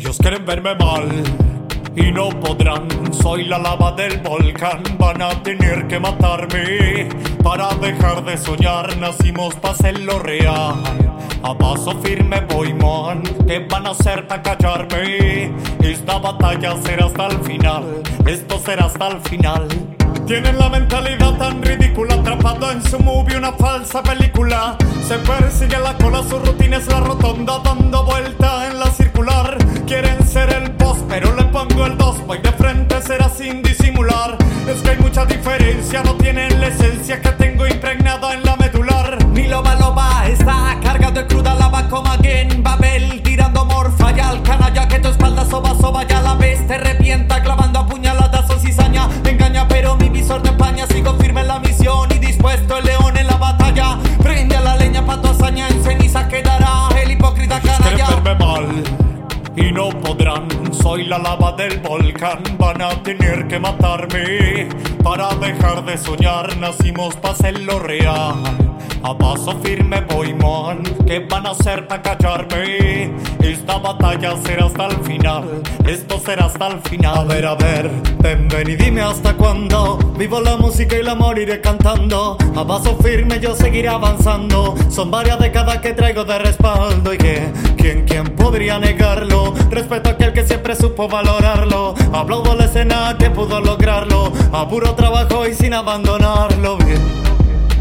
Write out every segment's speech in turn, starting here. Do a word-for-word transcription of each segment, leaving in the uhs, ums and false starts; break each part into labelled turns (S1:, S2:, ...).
S1: Ellos quieren verme mal y no podrán. Soy la lava del volcán. Van a tener que matarme para dejar de soñar. Nacimos para hacerlo real. A paso firme voy, man. ¿Qué van a hacer para callarme? Esta batalla será hasta el final. Esto será hasta el final. Tienen la mentalidad tan ridícula, atrapado en su movie, una falsa película. Se persigue la cola, su rutina es la rotonda, dando vuelta en la circular. Quieren ser el boss, pero le pongo el dos. Voy de frente, será sin disimular. Es que hay mucha diferencia, no tienen la esencia que tengo impregnada en la medular.
S2: Mi loba loba está cargado de cruda lava como again Babel, tirando morfa y al canalla que tu espalda soba soba ya la ves, te revienta clavando a puñaladas o cizaña. Me engaña pero mi visor de paña, sigo firme en la misión y dispuesto el león en la batalla. Prende a la leña pa' tu hazaña, en ceniza quedará el hipócrita canalla.
S1: Quieren verme mal y no podrán. Soy la lava del volcán. Van a tener que matarme para dejar de soñar. Nacimos para hacerlo real. A paso firme voy, man. ¿Qué van a hacer para callarme? Esta batalla será hasta el final. Esto será hasta el final. A ver, a ver, ven, ven y dime hasta cuándo. Vivo la música y la moriré cantando. A paso firme yo seguiré avanzando. Son varias décadas que traigo de respaldo. Y que, ¿quién, quién podría negarlo? Respeto a aquel que siempre supo valorarlo. Aplaudo la escena que pudo lograrlo. A puro trabajo y sin abandonarlo. Bien.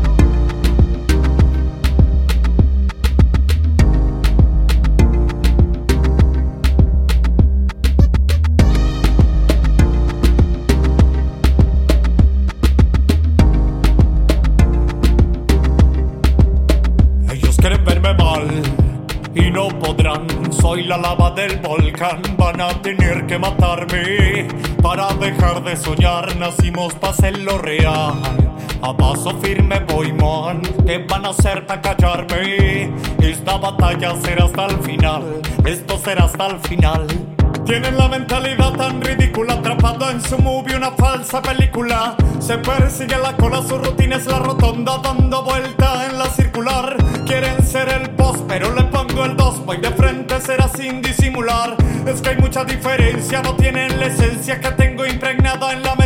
S1: Quieren verme mal y no podrán. Soy la lava del volcán. Van a tener que matarme para dejar de soñar. Nacimos para hacerlo real. A paso firme voy, man. ¿Qué van a hacer para callarme? Esta batalla será hasta el final. Esto será hasta el final. Tienen la mentalidad tan ridícula, atrapado en su movie, una falsa película. Se persigue la cola, su rutina es la rotonda, dando vuelta en la circular. Quieren ser el boss, pero le pongo el dos. Voy de frente, será sin disimular. Es que hay mucha diferencia, no tienen la esencia que tengo impregnada en la